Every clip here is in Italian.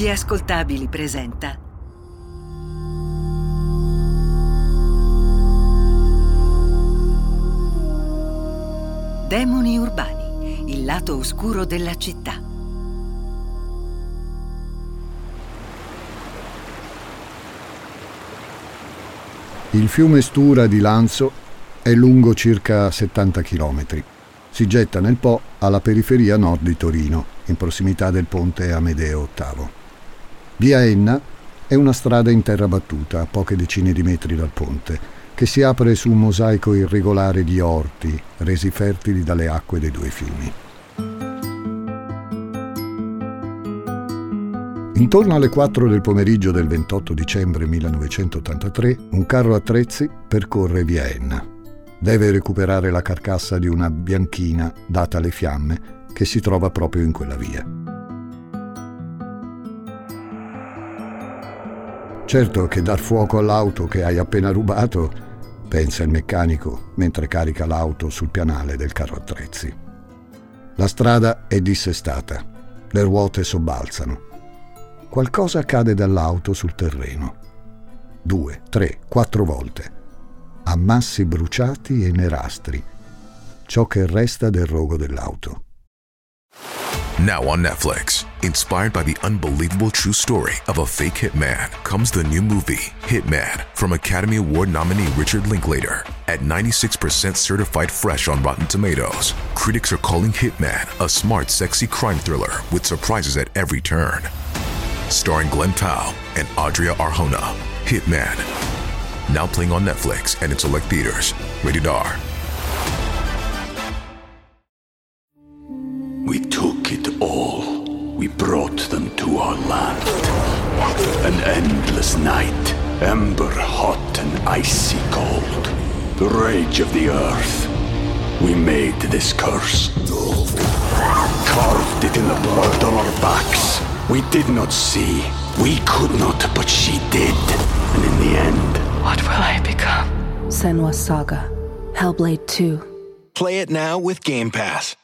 Gli Ascoltabili presenta Demoni urbani, il lato oscuro della città. Il fiume Stura di Lanzo è lungo circa 70 chilometri. Si getta nel Po alla periferia nord di Torino, in prossimità del ponte Amedeo VIII. Via Enna è una strada in terra battuta a poche decine di metri dal ponte, che si apre su un mosaico irregolare di orti resi fertili dalle acque dei due fiumi. Intorno alle 4 del pomeriggio del 28 dicembre 1983, un carro attrezzi percorre via Enna. Deve recuperare la carcassa di una bianchina data alle fiamme che si trova proprio in quella via. Certo che dar fuoco all'auto che hai appena rubato, pensa il meccanico mentre carica l'auto sul pianale del carro attrezzi. La strada è dissestata, le ruote sobbalzano. Qualcosa cade dall'auto sul terreno. 2, 3, 4 volte. Ammassi bruciati e nerastri. Ciò che resta del rogo dell'auto. Now on Netflix, inspired by the unbelievable true story of a fake hitman, comes the new movie, Hitman, from Academy Award nominee Richard Linklater. At 96% certified fresh on Rotten Tomatoes, critics are calling Hitman a smart, sexy crime thriller with surprises at every turn. Starring Glenn Powell and Adria Arjona, Hitman. Now playing on Netflix and in select theaters. Rated R. We took it all. We brought them to our land. An endless night, ember hot and icy cold. The rage of the earth. We made this curse. Carved it in the blood on our backs. We did not see. We could not, but she did. And in the end... What will I become? Senua's Saga. Hellblade 2. Play it now with Game Pass.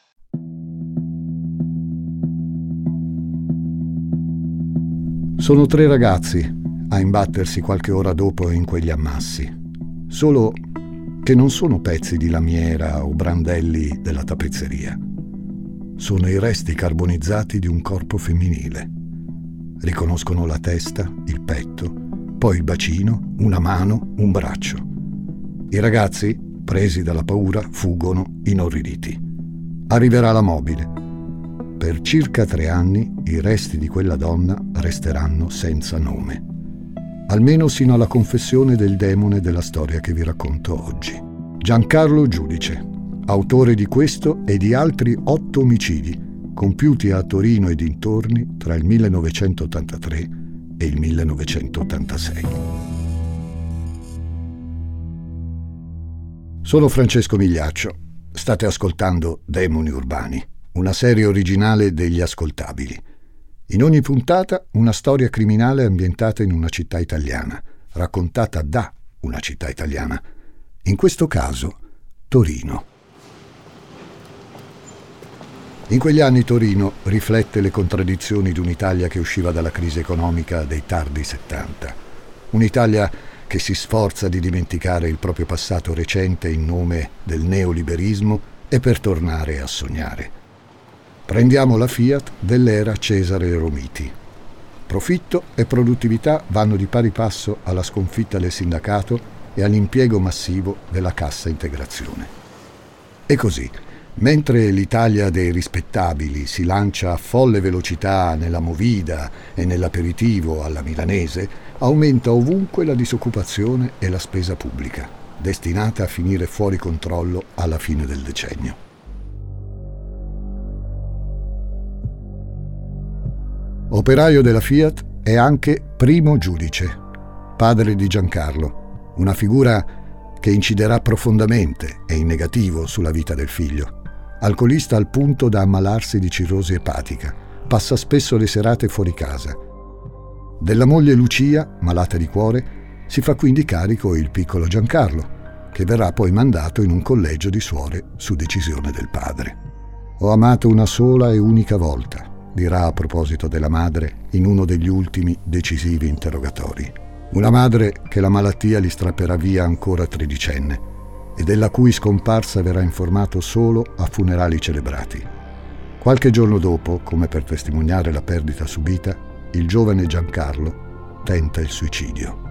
Sono 3 ragazzi a imbattersi qualche ora dopo in quegli ammassi. Solo che non sono pezzi di lamiera o brandelli della tappezzeria. Sono i resti carbonizzati di un corpo femminile. Riconoscono la testa, il petto, poi il bacino, una mano, un braccio. I ragazzi, presi dalla paura, fuggono inorriditi. Arriverà la mobile. Per circa 3 anni i resti di quella donna resteranno senza nome. Almeno sino alla confessione del demone della storia che vi racconto oggi. Giancarlo Giudice, autore di questo e di altri 8 omicidi compiuti a Torino e dintorni tra il 1983 e il 1986. Sono Francesco Migliaccio. State ascoltando Demoni Urbani, una serie originale degli Ascoltabili. In ogni puntata una storia criminale ambientata in una città italiana, raccontata da una città italiana. In questo caso, Torino. In quegli anni Torino riflette le contraddizioni di un'Italia che usciva dalla crisi economica dei tardi 70. Un'Italia che si sforza di dimenticare il proprio passato recente in nome del neoliberismo e per tornare a sognare. Prendiamo la Fiat dell'era Cesare Romiti. Profitto e produttività vanno di pari passo alla sconfitta del sindacato e all'impiego massivo della cassa integrazione. E così, mentre l'Italia dei rispettabili si lancia a folle velocità nella movida e nell'aperitivo alla milanese, aumenta ovunque la disoccupazione e la spesa pubblica, destinata a finire fuori controllo alla fine del decennio. Operaio della Fiat è anche Primo Giudice, padre di Giancarlo, una figura che inciderà profondamente e in negativo sulla vita del figlio. Alcolista al punto da ammalarsi di cirrosi epatica, passa spesso le serate fuori casa. Della moglie Lucia, malata di cuore, si fa quindi carico il piccolo Giancarlo, che verrà poi mandato in un collegio di suore su decisione del padre. Ho amato una sola e unica volta, dirà a proposito della madre in uno degli ultimi decisivi interrogatori. Una madre che la malattia gli strapperà via ancora tredicenne e della cui scomparsa verrà informato solo a funerali celebrati. Qualche giorno dopo, come per testimoniare la perdita subita, il giovane Giancarlo tenta il suicidio.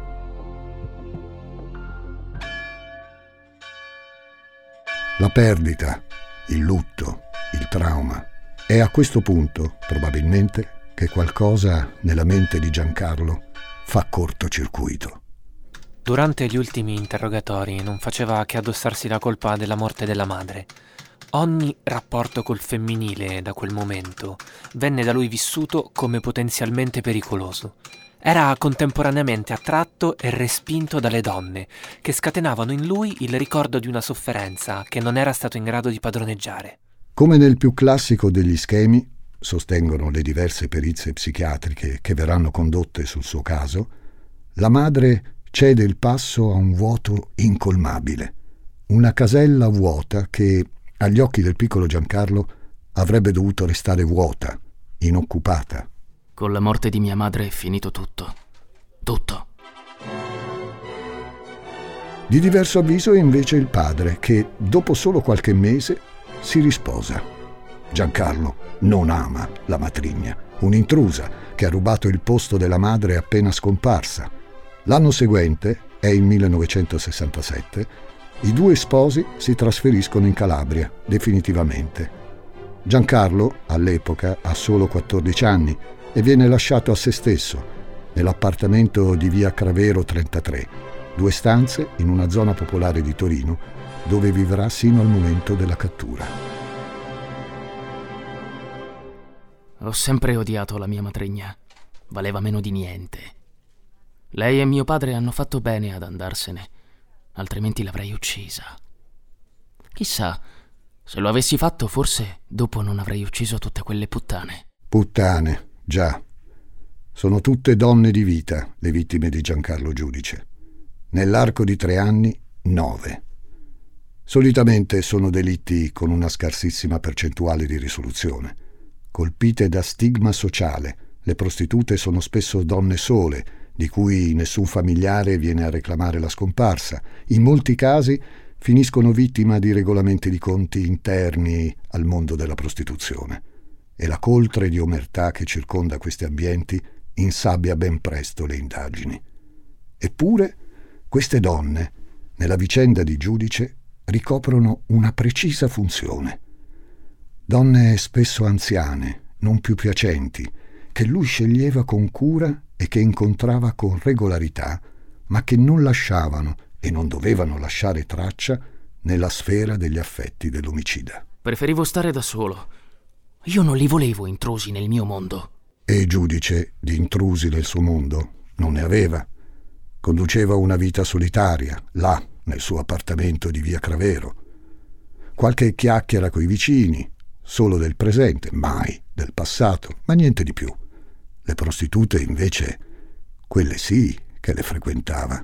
La perdita, il lutto, il trauma. È a questo punto, probabilmente, che qualcosa nella mente di Giancarlo fa cortocircuito. Durante gli ultimi interrogatori non faceva che addossarsi la colpa della morte della madre. Ogni rapporto col femminile da quel momento venne da lui vissuto come potenzialmente pericoloso. Era contemporaneamente attratto e respinto dalle donne, che scatenavano in lui il ricordo di una sofferenza che non era stato in grado di padroneggiare. Come nel più classico degli schemi, sostengono le diverse perizie psichiatriche che verranno condotte sul suo caso, la madre cede il passo a un vuoto incolmabile, una casella vuota che, agli occhi del piccolo Giancarlo, avrebbe dovuto restare vuota, inoccupata. Con la morte di mia madre è finito tutto. Tutto. Di diverso avviso è invece il padre che, dopo solo qualche mese, si risposa. Giancarlo non ama la matrigna, un'intrusa che ha rubato il posto della madre appena scomparsa. L'anno seguente, è il 1967, i due sposi si trasferiscono in Calabria, definitivamente. Giancarlo, all'epoca, ha solo 14 anni e viene lasciato a se stesso, nell'appartamento di via Cravero 33, 2 stanze in una zona popolare di Torino, dove vivrà sino al momento della cattura. Ho sempre odiato la mia matrigna. Valeva meno di niente. Lei e mio padre hanno fatto bene ad andarsene, altrimenti l'avrei uccisa. Chissà, se lo avessi fatto forse dopo non avrei ucciso tutte quelle puttane. Puttane, già. Sono tutte donne di vita, le vittime di Giancarlo Giudice. Nell'arco di 3 anni, 9. Solitamente sono delitti con una scarsissima percentuale di risoluzione. Colpite da stigma sociale, le prostitute sono spesso donne sole, di cui nessun familiare viene a reclamare la scomparsa. In molti casi finiscono vittima di regolamenti di conti interni al mondo della prostituzione. E la coltre di omertà che circonda questi ambienti insabbia ben presto le indagini. Eppure, queste donne, nella vicenda di Giudice, ricoprono una precisa funzione. Donne spesso anziane, non più piacenti, che lui sceglieva con cura e che incontrava con regolarità, ma che non lasciavano e non dovevano lasciare traccia nella sfera degli affetti dell'omicida. Preferivo stare da solo. Io non li volevo intrusi nel mio mondo. E Giudice di intrusi nel suo mondo non ne aveva. Conduceva una vita solitaria, là, nel suo appartamento di via Cravero. Qualche chiacchiera coi vicini, solo del presente, mai del passato, ma niente di più. Le prostitute, invece, quelle sì che le frequentava.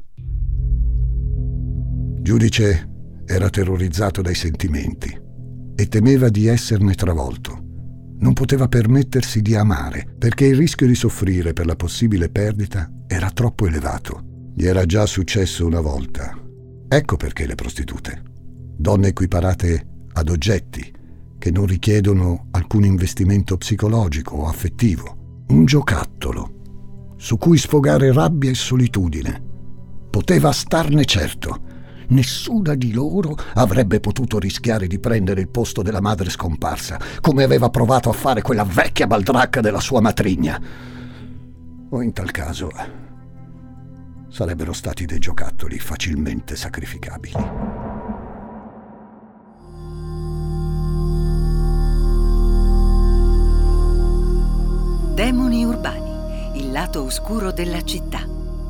Giudice era terrorizzato dai sentimenti e temeva di esserne travolto. Non poteva permettersi di amare, perché il rischio di soffrire per la possibile perdita era troppo elevato. Gli era già successo una volta. Ecco perché le prostitute. Donne equiparate ad oggetti, che non richiedono alcun investimento psicologico o affettivo. Un giocattolo, su cui sfogare rabbia e solitudine. Poteva starne certo. Nessuna di loro avrebbe potuto rischiare di prendere il posto della madre scomparsa, come aveva provato a fare quella vecchia baldracca della sua matrigna. O in tal caso sarebbero stati dei giocattoli facilmente sacrificabili. Demoni urbani, il lato oscuro della città.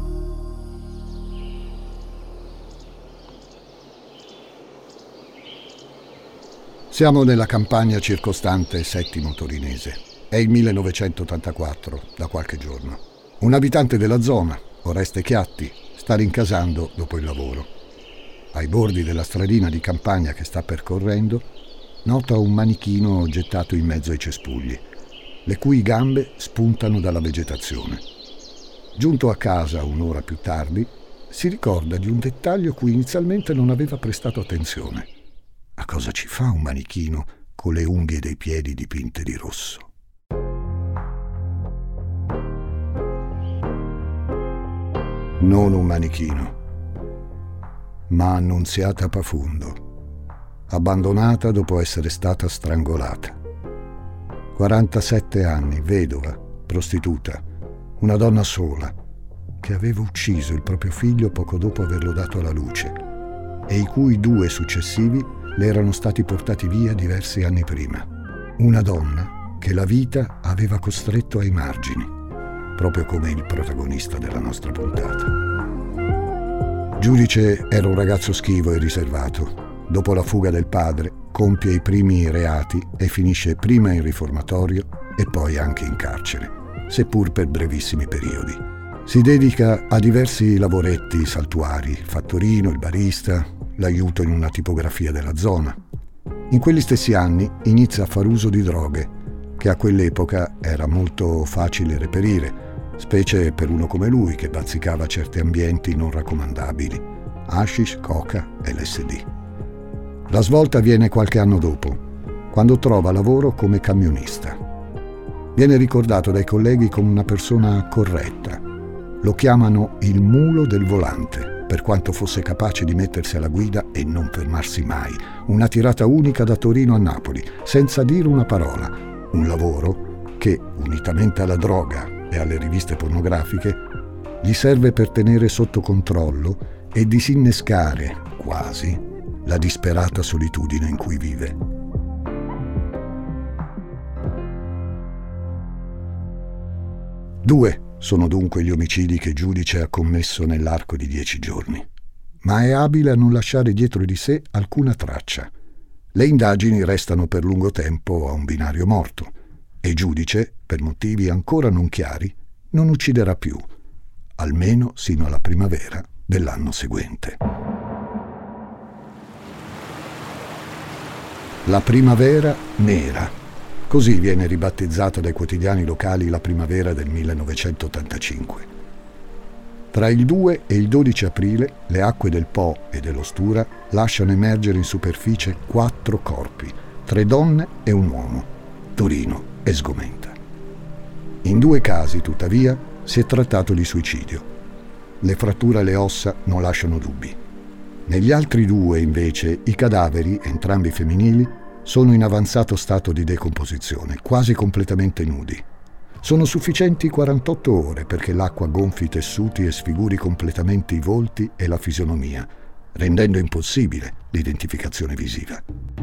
Siamo nella campagna circostante Settimo Torinese. È il 1984, da qualche giorno. Un abitante della zona, Oreste Chiatti, sta rincasando dopo il lavoro. Ai bordi della stradina di campagna che sta percorrendo, nota un manichino gettato in mezzo ai cespugli. le cui gambe spuntano dalla vegetazione. Giunto a casa un'ora più tardi, si ricorda di un dettaglio a cui inizialmente non aveva prestato attenzione. A cosa ci fa un manichino con le unghie dei piedi dipinte di rosso? Non un manichino, ma Annunziata Pafundo, abbandonata dopo essere stata strangolata. 47 anni, vedova, prostituta, una donna sola, che aveva ucciso il proprio figlio poco dopo averlo dato alla luce e i cui 2 successivi le erano stati portati via diversi anni prima. Una donna che la vita aveva costretto ai margini, proprio come il protagonista della nostra puntata. Giudice era un ragazzo schivo e riservato. Dopo la fuga del padre, compie i primi reati e finisce prima in riformatorio e poi anche in carcere, seppur per brevissimi periodi. Si dedica a diversi lavoretti saltuari, il fattorino, il barista, l'aiuto in una tipografia della zona. In quegli stessi anni inizia a far uso di droghe, che a quell'epoca era molto facile reperire, specie per uno come lui che bazzicava certi ambienti non raccomandabili: hashish, coca, LSD. La svolta avviene qualche anno dopo, quando trova lavoro come camionista. Viene ricordato dai colleghi come una persona corretta. Lo chiamano il mulo del volante, per quanto fosse capace di mettersi alla guida e non fermarsi mai. Una tirata unica da Torino a Napoli, senza dire una parola. Un lavoro che, unitamente alla droga e alle riviste pornografiche, gli serve per tenere sotto controllo e disinnescare, quasi, la disperata solitudine in cui vive. Due sono dunque gli omicidi che Giudice ha commesso nell'arco di 10 giorni, ma è abile a non lasciare dietro di sé alcuna traccia. Le indagini restano per lungo tempo a un binario morto e Giudice, per motivi ancora non chiari, non ucciderà più, almeno sino alla primavera dell'anno seguente. La primavera nera. Così viene ribattezzata dai quotidiani locali la primavera del 1985. Tra il 2 e il 12 aprile le acque del Po e dello Stura lasciano emergere in superficie 4 corpi, 3 donne e un uomo, Torino e Sgomenta. In 2 casi, tuttavia, si è trattato di suicidio. Le fratture alle ossa non lasciano dubbi. Negli altri 2, invece, i cadaveri, entrambi femminili, sono in avanzato stato di decomposizione, quasi completamente nudi. Sono sufficienti 48 ore perché l'acqua gonfi i tessuti e sfiguri completamente i volti e la fisionomia, rendendo impossibile l'identificazione visiva.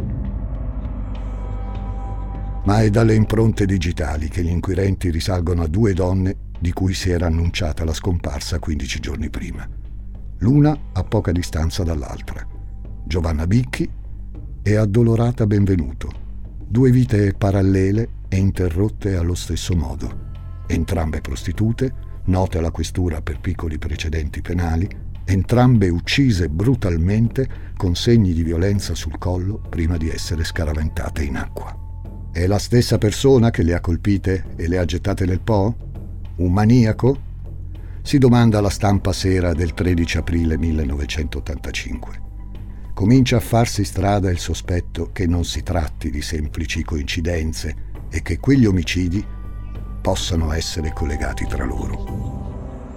Ma è dalle impronte digitali che gli inquirenti risalgono a 2 donne di cui si era annunciata la scomparsa 15 giorni prima. L'una a poca distanza dall'altra, Giovanna Bicchi e Addolorata Benvenuto, 2 vite parallele e interrotte allo stesso modo, entrambe prostitute, note alla questura per piccoli precedenti penali, entrambe uccise brutalmente con segni di violenza sul collo prima di essere scaraventate in acqua. È la stessa persona che le ha colpite e le ha gettate nel Po? Un maniaco? Si domanda la Stampa Sera del 13 aprile 1985. Comincia a farsi strada il sospetto che non si tratti di semplici coincidenze e che quegli omicidi possano essere collegati tra loro.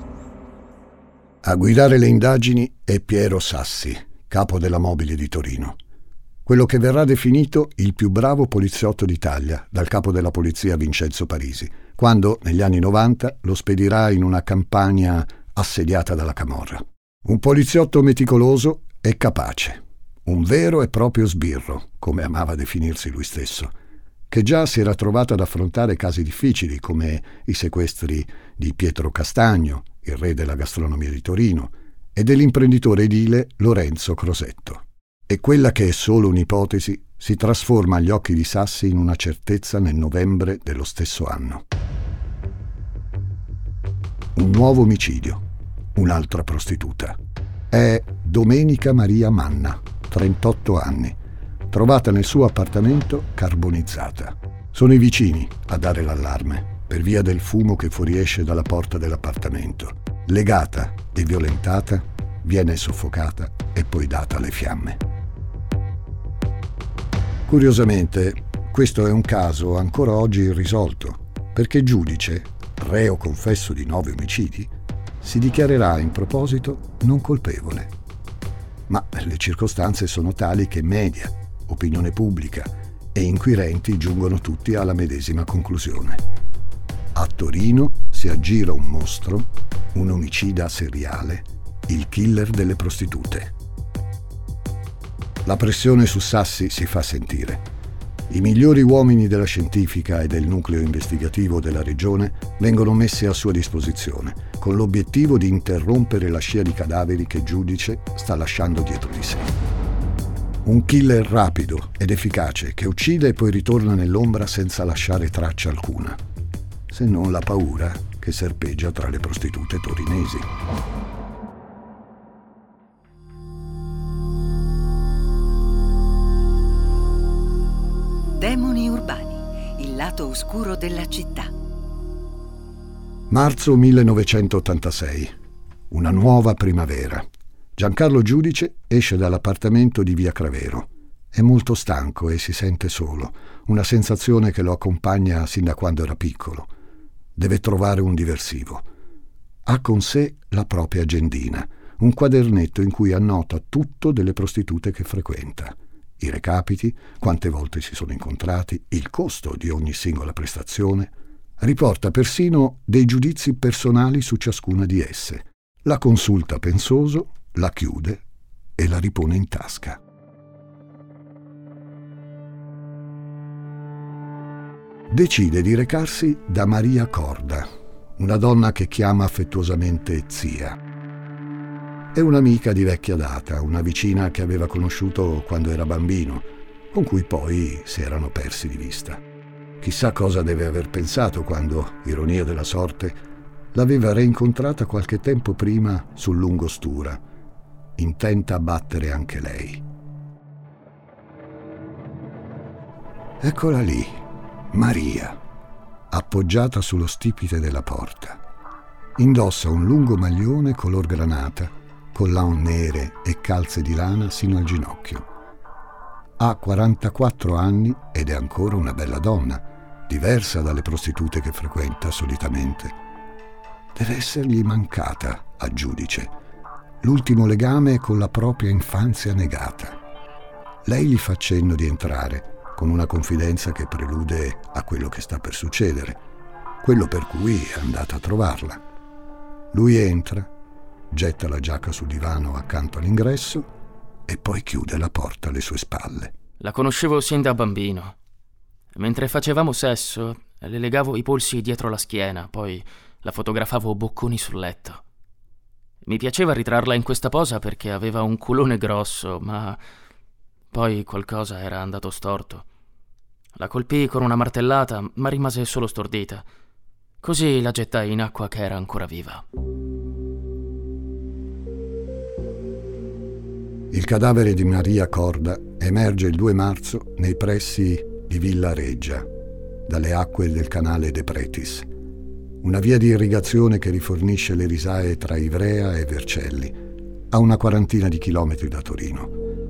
A guidare le indagini è Piero Sassi, capo della Mobile di Torino. Quello che verrà definito il più bravo poliziotto d'Italia dal capo della polizia Vincenzo Parisi, quando negli anni 90 lo spedirà in una campagna assediata dalla camorra. Un poliziotto meticoloso e capace. Un vero e proprio sbirro, come amava definirsi lui stesso, che già si era trovato ad affrontare casi difficili come i sequestri di Pietro Castagno, il re della gastronomia di Torino, e dell'imprenditore edile Lorenzo Crosetto. E quella che è solo un'ipotesi si trasforma agli occhi di Sassi in una certezza nel novembre dello stesso anno. Un nuovo omicidio, un'altra prostituta. È Domenica Maria Manna, 38 anni, trovata nel suo appartamento carbonizzata. Sono i vicini a dare l'allarme per via del fumo che fuoriesce dalla porta dell'appartamento. Legata e violentata, viene soffocata e poi data alle fiamme. Curiosamente, questo è un caso ancora oggi irrisolto, perché Giudice, reo confesso di 9 omicidi, si dichiarerà in proposito non colpevole. Ma le circostanze sono tali che media, opinione pubblica e inquirenti giungono tutti alla medesima conclusione. A Torino si aggira un mostro, un omicida seriale, il killer delle prostitute. La pressione su Sassi si fa sentire. I migliori uomini della scientifica e del nucleo investigativo della regione vengono messi a sua disposizione, con l'obiettivo di interrompere la scia di cadaveri che Giudice sta lasciando dietro di sé. Un killer rapido ed efficace che uccide e poi ritorna nell'ombra senza lasciare traccia alcuna, se non la paura che serpeggia tra le prostitute torinesi. Demoni urbani, il lato oscuro della città. Marzo 1986. Una nuova primavera. Giancarlo Giudice esce dall'appartamento di via Cravero. È molto stanco e si sente solo, una sensazione che lo accompagna sin da quando era piccolo. Deve trovare un diversivo. Ha con sé la propria agendina, un quadernetto in cui annota tutto delle prostitute che frequenta. I recapiti, quante volte si sono incontrati, il costo di ogni singola prestazione. Riporta persino dei giudizi personali su ciascuna di esse. La consulta pensoso, la chiude e la ripone in tasca. Decide di recarsi da Maria Corda, una donna che chiama affettuosamente zia. È un'amica di vecchia data, una vicina che aveva conosciuto quando era bambino, con cui poi si erano persi di vista. Chissà cosa deve aver pensato quando, ironia della sorte, l'aveva reincontrata qualche tempo prima sul Lungostura, intenta a battere anche lei. Eccola lì, Maria, appoggiata sullo stipite della porta. Indossa un lungo maglione color granata, collan nere e calze di lana sino al ginocchio. Ha 44 anni ed è ancora una bella donna, diversa dalle prostitute che frequenta solitamente. Deve essergli mancata a Giudice l'ultimo legame con la propria infanzia negata. Lei gli fa cenno di entrare, con una confidenza che prelude a quello che sta per succedere, quello per cui è andata a trovarla. Lui entra, getta la giacca sul divano accanto all'ingresso e poi chiude la porta alle sue spalle. La conoscevo sin da bambino. Mentre facevamo sesso, le legavo i polsi dietro la schiena, poi la fotografavo bocconi sul letto. Mi piaceva ritrarla in questa posa perché aveva un culone grosso, ma poi qualcosa era andato storto. La colpii con una martellata, ma rimase solo stordita. Così la gettai in acqua che era ancora viva. Il cadavere di Maria Corda emerge il 2 marzo nei pressi di Villa Reggia, dalle acque del canale De Pretis, una via di irrigazione che rifornisce le risaie tra Ivrea e Vercelli, a una quarantina di chilometri da Torino.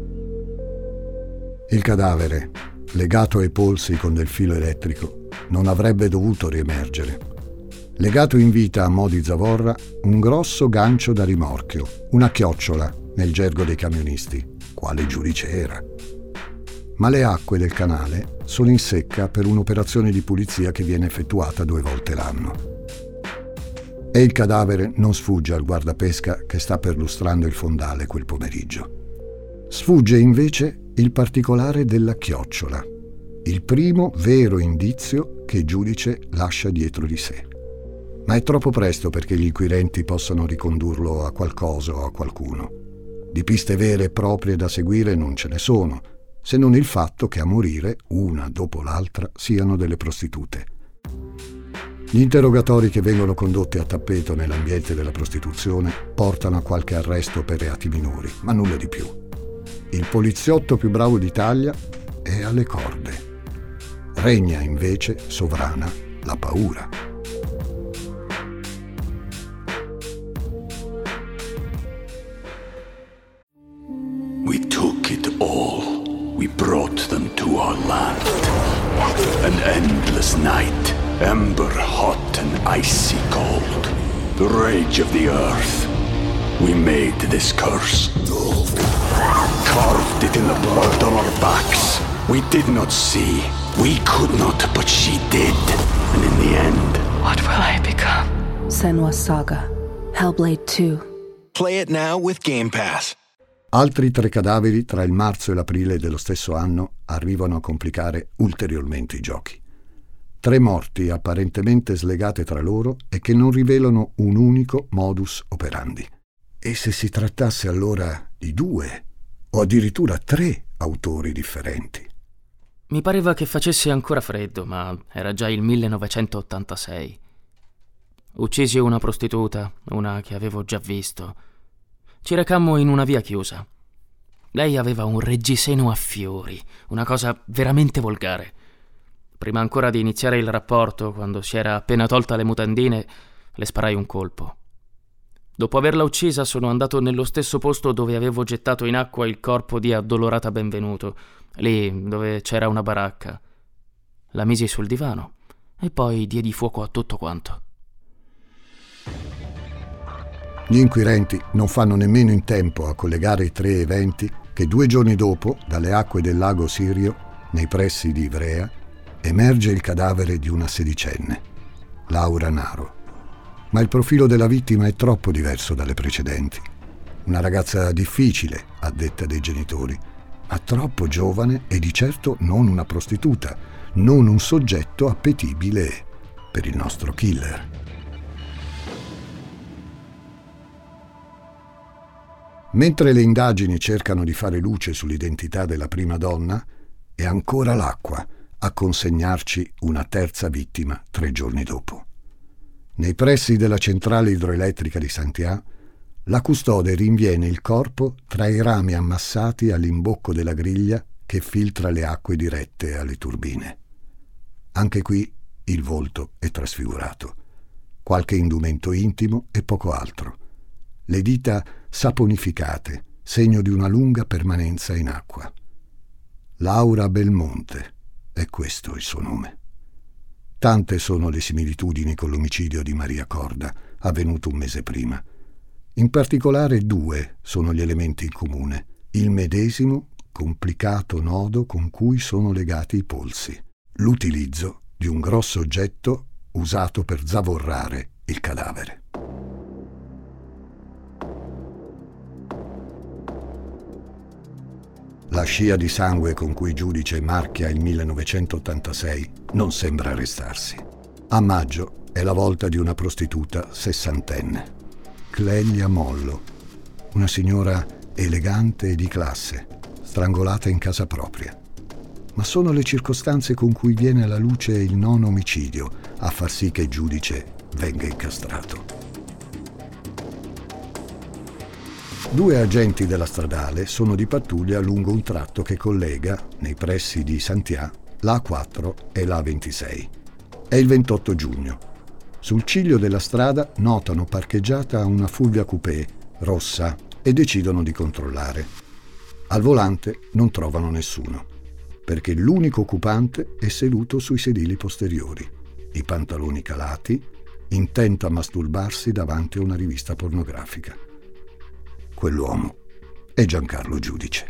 Il cadavere, legato ai polsi con del filo elettrico, non avrebbe dovuto riemergere. Legato in vita a mo' di zavorra un grosso gancio da rimorchio, una chiocciola nel gergo dei camionisti, quale Giudice era. Ma le acque del canale sono in secca per un'operazione di pulizia che viene effettuata 2 volte l'anno. E il cadavere non sfugge al guardapesca che sta perlustrando il fondale quel pomeriggio. Sfugge invece il particolare della chiocciola, il primo vero indizio che Giudice lascia dietro di sé. Ma è troppo presto perché gli inquirenti possano ricondurlo a qualcosa o a qualcuno. Di piste vere e proprie da seguire non ce ne sono, se non il fatto che a morire, una dopo l'altra, siano delle prostitute. Gli interrogatori che vengono condotti a tappeto nell'ambiente della prostituzione portano a qualche arresto per reati minori, ma nulla di più. Il poliziotto più bravo d'Italia è alle corde. Regna invece sovrana la paura. We took it all. We brought them to our land. An endless night, ember hot and icy cold. The rage of the earth. We made this curse. Carved it in the blood on our backs. We did not see. We could not, but she did. And in the end... What will I become? Senua's Saga. Hellblade 2. Play it now with Game Pass. Altri 3 cadaveri tra il marzo e l'aprile dello stesso anno arrivano a complicare ulteriormente i giochi. 3 morti apparentemente slegate tra loro e che non rivelano un unico modus operandi. E se si trattasse allora di 2 o addirittura 3 autori differenti? Mi pareva che facesse ancora freddo, ma era già il 1986. Uccisi una prostituta, una che avevo già visto. Ci recammo in una via chiusa. Lei aveva un reggiseno a fiori, una cosa veramente volgare. Prima ancora di iniziare il rapporto, quando si era appena tolta le mutandine, le sparai un colpo. Dopo averla uccisa sono andato nello stesso posto dove avevo gettato in acqua il corpo di Addolorata Benvenuto, lì dove c'era una baracca. La misi sul divano e poi diedi fuoco a tutto quanto. Gli inquirenti non fanno nemmeno in tempo a collegare i 3 eventi che 2 giorni dopo, dalle acque del lago Sirio, nei pressi di Ivrea, emerge il cadavere di una sedicenne, Laura Naro. Ma il profilo della vittima è troppo diverso dalle precedenti. Una ragazza difficile, a detta dei genitori, ma troppo giovane e di certo non una prostituta, non un soggetto appetibile per il nostro killer. Mentre le indagini cercano di fare luce sull'identità della prima donna, è ancora l'acqua a consegnarci una terza vittima 3 giorni dopo. Nei pressi della centrale idroelettrica di Saint-Yah, la custode rinviene il corpo tra i rami ammassati all'imbocco della griglia che filtra le acque dirette alle turbine. Anche qui il volto è trasfigurato. Qualche indumento intimo e poco altro. Le dita saponificate, segno di una lunga permanenza in acqua. Laura Belmonte, è questo il suo nome. Tante sono le similitudini con l'omicidio di Maria Corda, avvenuto un mese prima. In particolare 2 sono gli elementi in comune: il medesimo complicato nodo con cui sono legati i polsi, l'utilizzo di un grosso oggetto usato per zavorrare il cadavere. La scia di sangue con cui il giudice marchia il 1986 non sembra arrestarsi. A maggio è la volta di una prostituta 60enne, Clelia Mollo, una signora elegante e di classe, strangolata in casa propria. Ma sono le circostanze con cui viene alla luce il 9° omicidio a far sì che il giudice venga incastrato. 2 agenti della stradale sono di pattuglia lungo un tratto che collega, nei pressi di Saint-Yah, la A4 e la A26. È il 28 giugno. Sul ciglio della strada notano parcheggiata una Fulvia Coupé rossa e decidono di controllare. Al volante non trovano nessuno, perché l'unico occupante è seduto sui sedili posteriori, i pantaloni calati, intento a masturbarsi davanti a una rivista pornografica. Quell'uomo è Giancarlo Giudice.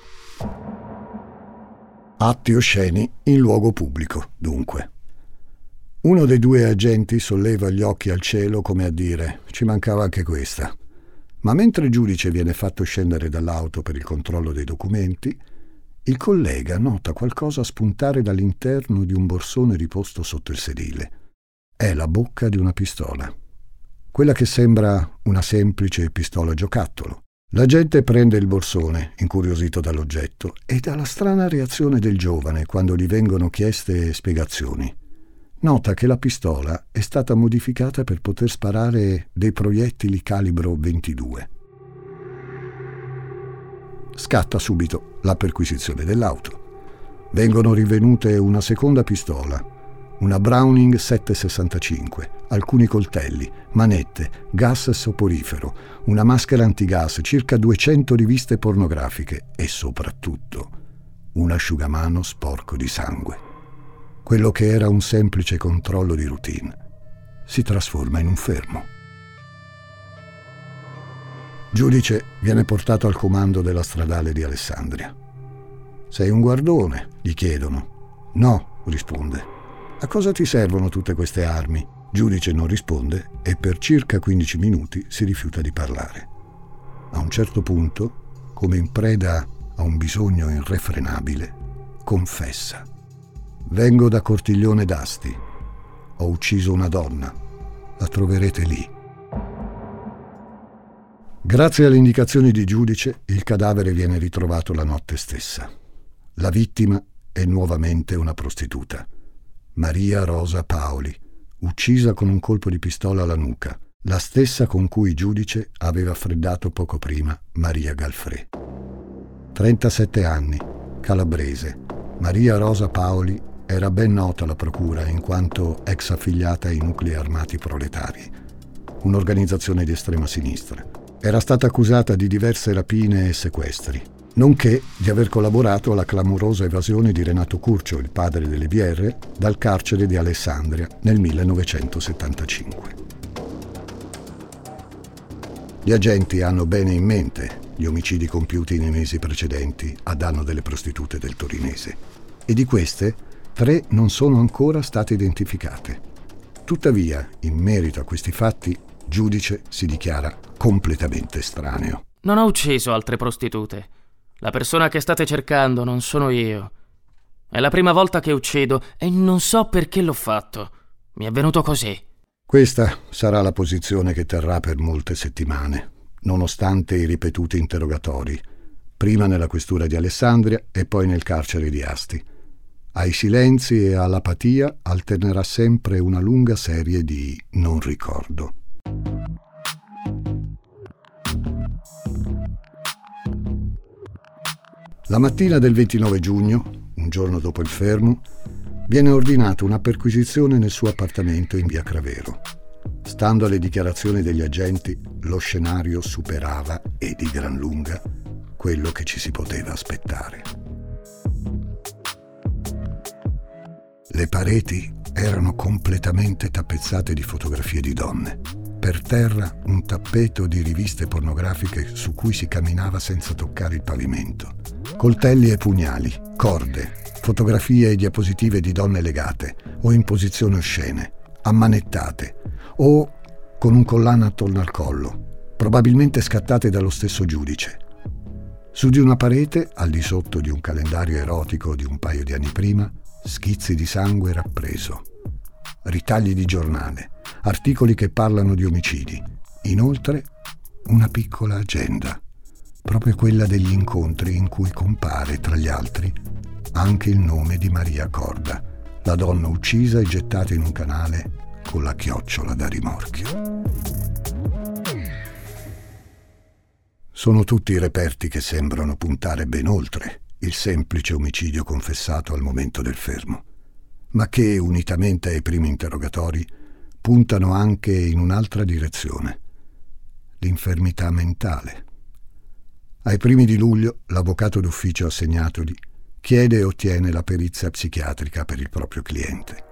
Atti osceni in luogo pubblico, dunque. Uno dei 2 agenti solleva gli occhi al cielo come a dire: ci mancava anche questa. Ma mentre il giudice viene fatto scendere dall'auto per il controllo dei documenti, il collega nota qualcosa spuntare dall'interno di un borsone riposto sotto il sedile. È la bocca di una pistola. Quella che sembra una semplice pistola giocattolo. L'agente prende il borsone, incuriosito dall'oggetto, e dalla strana reazione del giovane quando gli vengono chieste spiegazioni. Nota che la pistola è stata modificata per poter sparare dei proiettili calibro 22. Scatta subito la perquisizione dell'auto. Vengono rinvenute una seconda pistola, una Browning 765, alcuni coltelli, manette, gas soporifero, una maschera antigas, circa 200 riviste pornografiche e soprattutto un asciugamano sporco di sangue. Quello che era un semplice controllo di routine si trasforma in un fermo. Giudice viene portato al comando della stradale di Alessandria. «Sei un guardone?» gli chiedono. «No», risponde. «A cosa ti servono tutte queste armi?» Giudice non risponde e per circa 15 minuti si rifiuta di parlare. A un certo punto, come in preda a un bisogno irrefrenabile, confessa: «Vengo da Cortiglione d'Asti. Ho ucciso una donna. La troverete lì». Grazie alle indicazioni di Giudice, il cadavere viene ritrovato la notte stessa. La vittima è nuovamente una prostituta, Maria Rosa Paoli, uccisa con un colpo di pistola alla nuca, la stessa con cui Giudice aveva freddato poco prima Maria Galfré. 37 anni, calabrese. Maria Rosa Paoli era ben nota alla procura in quanto ex affiliata ai nuclei armati proletari, un'organizzazione di estrema sinistra. Era stata accusata di diverse rapine e sequestri, nonché di aver collaborato alla clamorosa evasione di Renato Curcio, il padre delle BR, dal carcere di Alessandria nel 1975. Gli agenti hanno bene in mente gli omicidi compiuti nei mesi precedenti a danno delle prostitute del torinese, e di queste 3 non sono ancora state identificate. Tuttavia, in merito a questi fatti, Giudice si dichiara completamente estraneo. Non ho ucciso altre prostitute. La persona che state cercando non sono io. È la prima volta che uccido e non so perché l'ho fatto. Mi è venuto così. Questa sarà la posizione che terrà per molte settimane, nonostante i ripetuti interrogatori, prima nella questura di Alessandria e poi nel carcere di Asti. Ai silenzi e all'apatia alternerà sempre una lunga serie di non ricordo. La mattina del 29 giugno, un giorno dopo il fermo, viene ordinata una perquisizione nel suo appartamento in via Cravero. Stando alle dichiarazioni degli agenti, lo scenario superava, e di gran lunga, quello che ci si poteva aspettare. Le pareti erano completamente tappezzate di fotografie di donne. Per terra un tappeto di riviste pornografiche su cui si camminava senza toccare il pavimento. Coltelli e pugnali, corde, fotografie e diapositive di donne legate o in posizioni oscene, ammanettate o con un collana attorno al collo, probabilmente scattate dallo stesso Giudice. Su di una parete, al di sotto di un calendario erotico di un paio di anni prima, schizzi di sangue rappreso, ritagli di giornale, articoli che parlano di omicidi. Inoltre una piccola agenda, proprio quella degli incontri in cui compare, tra gli altri, anche il nome di Maria Corda, la donna uccisa e gettata in un canale con la chiocciola da rimorchio. Sono tutti reperti che sembrano puntare ben oltre il semplice omicidio confessato al momento del fermo, ma che, unitamente ai primi interrogatori, puntano anche in un'altra direzione: l'infermità mentale. Ai primi di luglio, l'avvocato d'ufficio assegnatogli chiede e ottiene la perizia psichiatrica per il proprio cliente.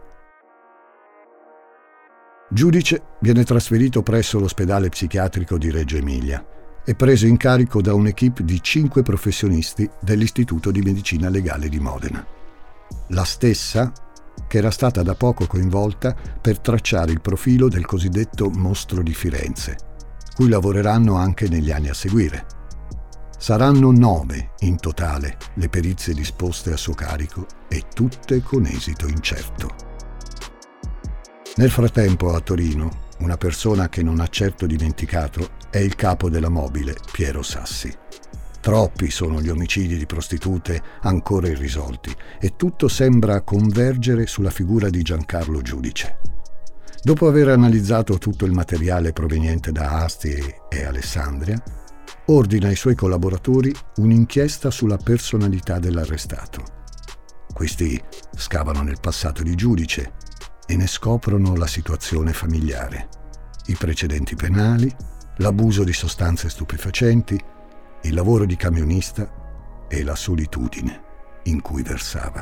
Giudice viene trasferito presso l'ospedale psichiatrico di Reggio Emilia e preso in carico da un'equipe di 5 professionisti dell'Istituto di Medicina Legale di Modena. La stessa che era stata da poco coinvolta per tracciare il profilo del cosiddetto mostro di Firenze, cui lavoreranno anche negli anni a seguire. Saranno 9 in totale le perizie disposte a suo carico e tutte con esito incerto. Nel frattempo a Torino, una persona che non ha certo dimenticato è il capo della mobile, Piero Sassi. Troppi sono gli omicidi di prostitute ancora irrisolti e tutto sembra convergere sulla figura di Giancarlo Giudice. Dopo aver analizzato tutto il materiale proveniente da Asti e Alessandria, ordina ai suoi collaboratori un'inchiesta sulla personalità dell'arrestato. Questi scavano nel passato di Giudice e ne scoprono la situazione familiare, i precedenti penali, l'abuso di sostanze stupefacenti, il lavoro di camionista e la solitudine in cui versava.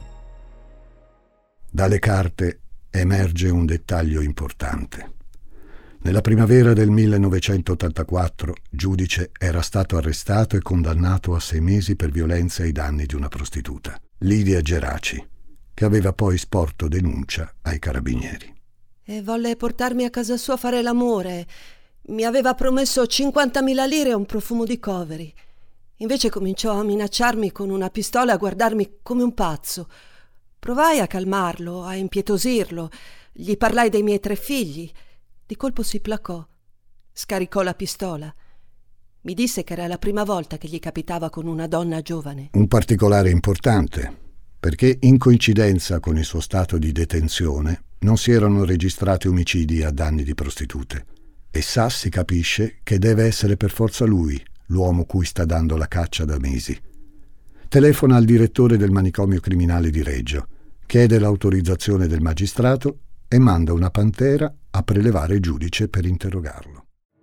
Dalle carte emerge un dettaglio importante. Nella primavera del 1984 Giudice era stato arrestato e condannato a 6 mesi per violenza ai danni di una prostituta, Lidia Geraci, che aveva poi sporto denuncia ai carabinieri. E volle portarmi a casa sua a fare l'amore. Mi aveva promesso 50.000 lire e un profumo di coveri. Invece cominciò a minacciarmi con una pistola e a guardarmi come un pazzo. Provai a calmarlo, a impietosirlo. Gli parlai dei miei 3 figli. Di colpo si placò. Scaricò la pistola. Mi disse che era la prima volta che gli capitava con una donna giovane. Un particolare importante, perché in coincidenza con il suo stato di detenzione non si erano registrati omicidi a danni di prostitute. E Sassi capisce che deve essere per forza lui l'uomo cui sta dando la caccia da mesi. Telefona al direttore del manicomio criminale di Reggio, chiede l'autorizzazione del magistrato e manda una pantera a prelevare Giudice per interrogarlo.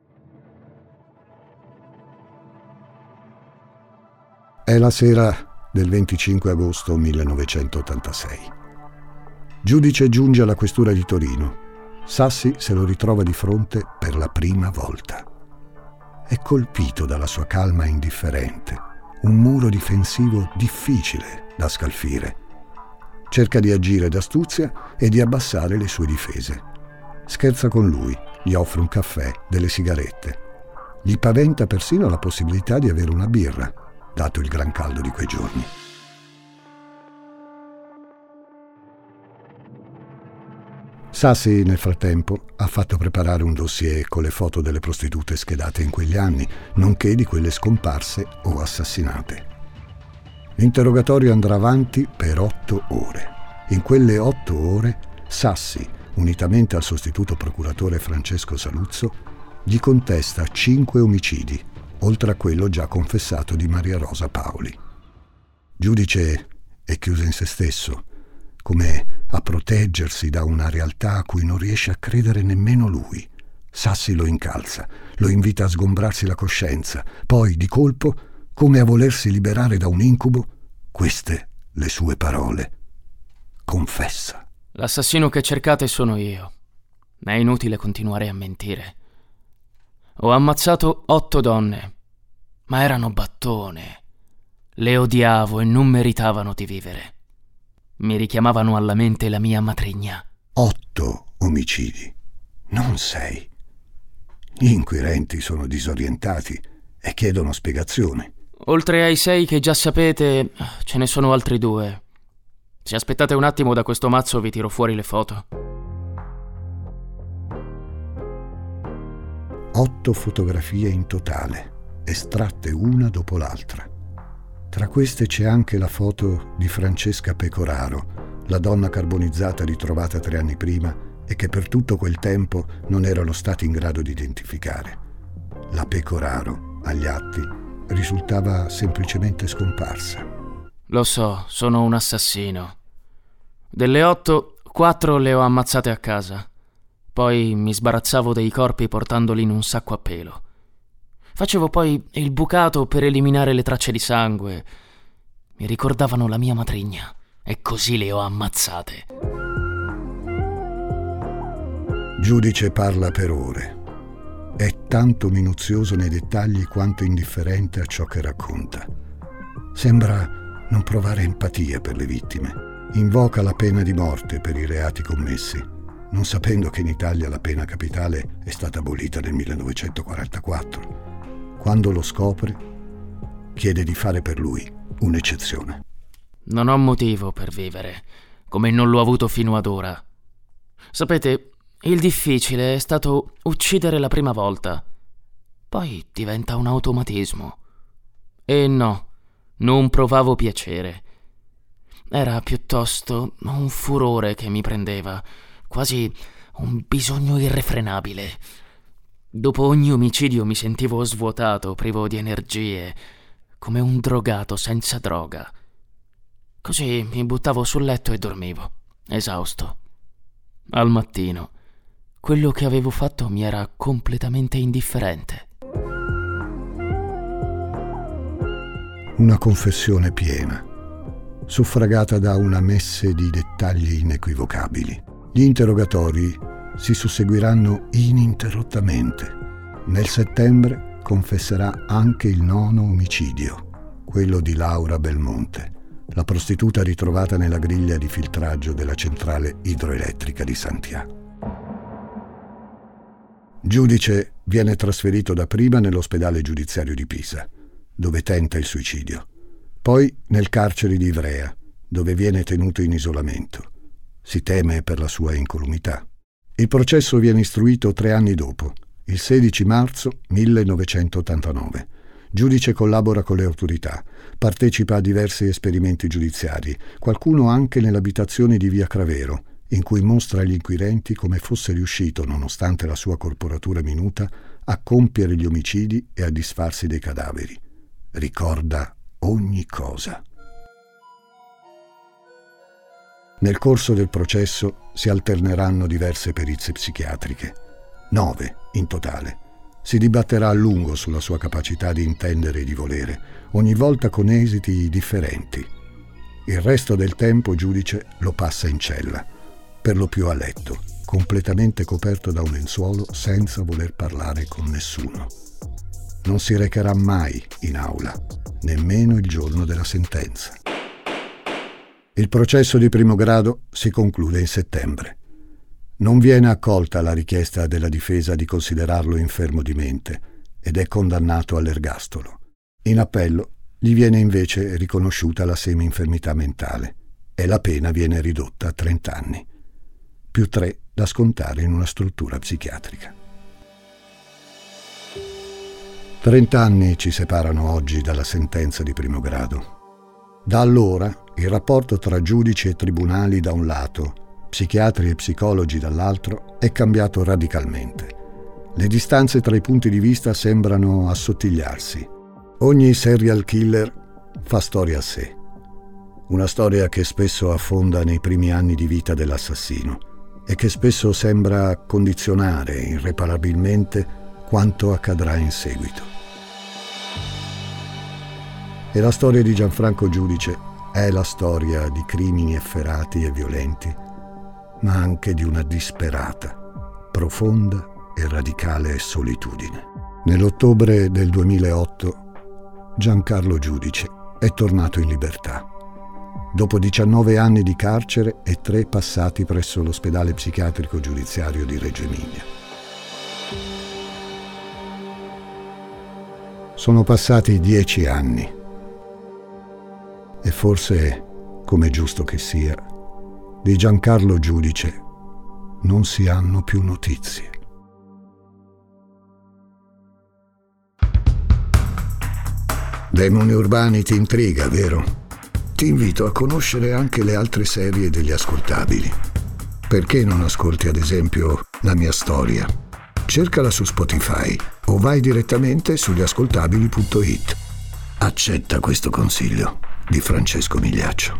È la sera del 25 agosto 1986. Giudice giunge alla questura di Torino. Sassi se lo ritrova di fronte per la prima volta. È colpito dalla sua calma indifferente, un muro difensivo difficile da scalfire. Cerca di agire d'astuzia e di abbassare le sue difese. Scherza con lui, gli offre un caffè, delle sigarette. Gli paventa persino la possibilità di avere una birra, dato il gran caldo di quei giorni. Sassi, nel frattempo, ha fatto preparare un dossier con le foto delle prostitute schedate in quegli anni, nonché di quelle scomparse o assassinate. L'interrogatorio andrà avanti per 8 ore. In quelle 8 ore, Sassi, unitamente al sostituto procuratore Francesco Saluzzo, gli contesta 5 omicidi, oltre a quello già confessato di Maria Rosa Paoli. Giudice è chiuso in se stesso, come a proteggersi da una realtà a cui non riesce a credere nemmeno lui. Sassi lo incalza, lo invita a sgombrarsi la coscienza, poi, di colpo, come a volersi liberare da un incubo, queste le sue parole. Confessa. L'assassino che cercate sono io. È inutile continuare a mentire. Ho ammazzato 8 donne, ma erano battone. Le odiavo e non meritavano di vivere. Mi richiamavano alla mente la mia matrigna. 8 omicidi, non 6. Gli inquirenti sono disorientati e chiedono spiegazioni. Oltre ai 6 che già sapete, ce ne sono altri 2. Se aspettate un attimo, da questo mazzo vi tiro fuori le foto. 8 fotografie in totale, estratte una dopo l'altra. Tra queste c'è anche la foto di Francesca Pecoraro, la donna carbonizzata ritrovata 3 anni prima e che per tutto quel tempo non erano stati in grado di identificare. La Pecoraro, agli atti, risultava semplicemente scomparsa. Lo so, sono un assassino. Delle 8, 4 le ho ammazzate a casa. Poi mi sbarazzavo dei corpi portandoli in un sacco a pelo. Facevo poi il bucato per eliminare le tracce di sangue. Mi ricordavano la mia matrigna e così le ho ammazzate. Giudice parla per ore. È tanto minuzioso nei dettagli quanto indifferente a ciò che racconta. Sembra non provare empatia per le vittime. Invoca la pena di morte per i reati commessi, non sapendo che in Italia la pena capitale è stata abolita nel 1944. Quando lo scopre, chiede di fare per lui un'eccezione. Non ho motivo per vivere, come non l'ho avuto fino ad ora. Sapete, il difficile è stato uccidere la prima volta. Poi diventa un automatismo. E no, non provavo piacere. Era piuttosto un furore che mi prendeva, quasi un bisogno irrefrenabile. Dopo ogni omicidio mi sentivo svuotato, privo di energie, come un drogato senza droga. Così mi buttavo sul letto e dormivo, esausto. Al mattino, quello che avevo fatto mi era completamente indifferente. Una confessione piena, suffragata da una messe di dettagli inequivocabili. Gli interrogatori si susseguiranno ininterrottamente. Nel settembre confesserà anche il 9° omicidio, quello di Laura Belmonte, la prostituta ritrovata nella griglia di filtraggio della centrale idroelettrica di Santhià. Giudice viene trasferito dapprima nell'ospedale giudiziario di Pisa, dove tenta il suicidio, poi nel carcere di Ivrea, dove viene tenuto in isolamento. Si teme per la sua incolumità. Il processo viene istruito 3 anni dopo, il 16 marzo 1989. Giudice collabora con le autorità, partecipa a diversi esperimenti giudiziari, qualcuno anche nell'abitazione di via Cravero, in cui mostra agli inquirenti come fosse riuscito, nonostante la sua corporatura minuta, a compiere gli omicidi e a disfarsi dei cadaveri. Ricorda ogni cosa. Nel corso del processo si alterneranno diverse perizie psichiatriche, 9 in totale. Si dibatterà a lungo sulla sua capacità di intendere e di volere, ogni volta con esiti differenti. Il resto del tempo Giudice lo passa in cella, per lo più a letto, completamente coperto da un lenzuolo senza voler parlare con nessuno. Non si recherà mai in aula, nemmeno il giorno della sentenza. Il processo di primo grado si conclude in settembre. Non viene accolta la richiesta della difesa di considerarlo infermo di mente ed è condannato all'ergastolo. In appello gli viene invece riconosciuta la semi-infermità mentale e la pena viene ridotta a 30 anni, più 3 da scontare in una struttura psichiatrica. 30 anni ci separano oggi dalla sentenza di primo grado. Da allora il rapporto tra giudici e tribunali da un lato, psichiatri e psicologi dall'altro, è cambiato radicalmente. Le distanze tra i punti di vista sembrano assottigliarsi. Ogni serial killer fa storia a sé. Una storia che spesso affonda nei primi anni di vita dell'assassino e che spesso sembra condizionare irreparabilmente quanto accadrà in seguito. E la storia di Gianfranco Giudice è la storia di crimini efferati e violenti, ma anche di una disperata, profonda e radicale solitudine. Nell'ottobre del 2008 Giancarlo Giudice è tornato in libertà. Dopo 19 anni di carcere e 3 passati presso l'ospedale psichiatrico giudiziario di Reggio Emilia. Sono passati 10 anni e forse, come giusto che sia, di Giancarlo Giudice non si hanno più notizie. Demoni Urbani ti intriga, vero? Ti invito a conoscere anche le altre serie degli ascoltabili. Perché non ascolti ad esempio La mia storia? Cercala su Spotify o vai direttamente sugli ascoltabili.it. Accetta questo consiglio di Francesco Migliaccio.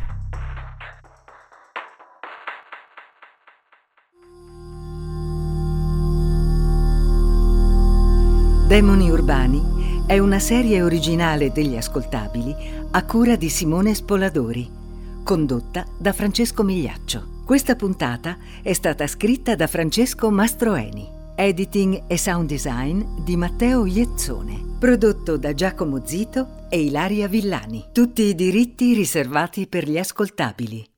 Demoni Urbani è una serie originale degli ascoltabili a cura di Simone Spoladori, condotta da Francesco Migliaccio. Questa puntata è stata scritta da Francesco Mastroeni, editing e sound design di Matteo Iezzone, prodotto da Giacomo Zito e Ilaria Villani. Tutti i diritti riservati per gli ascoltabili.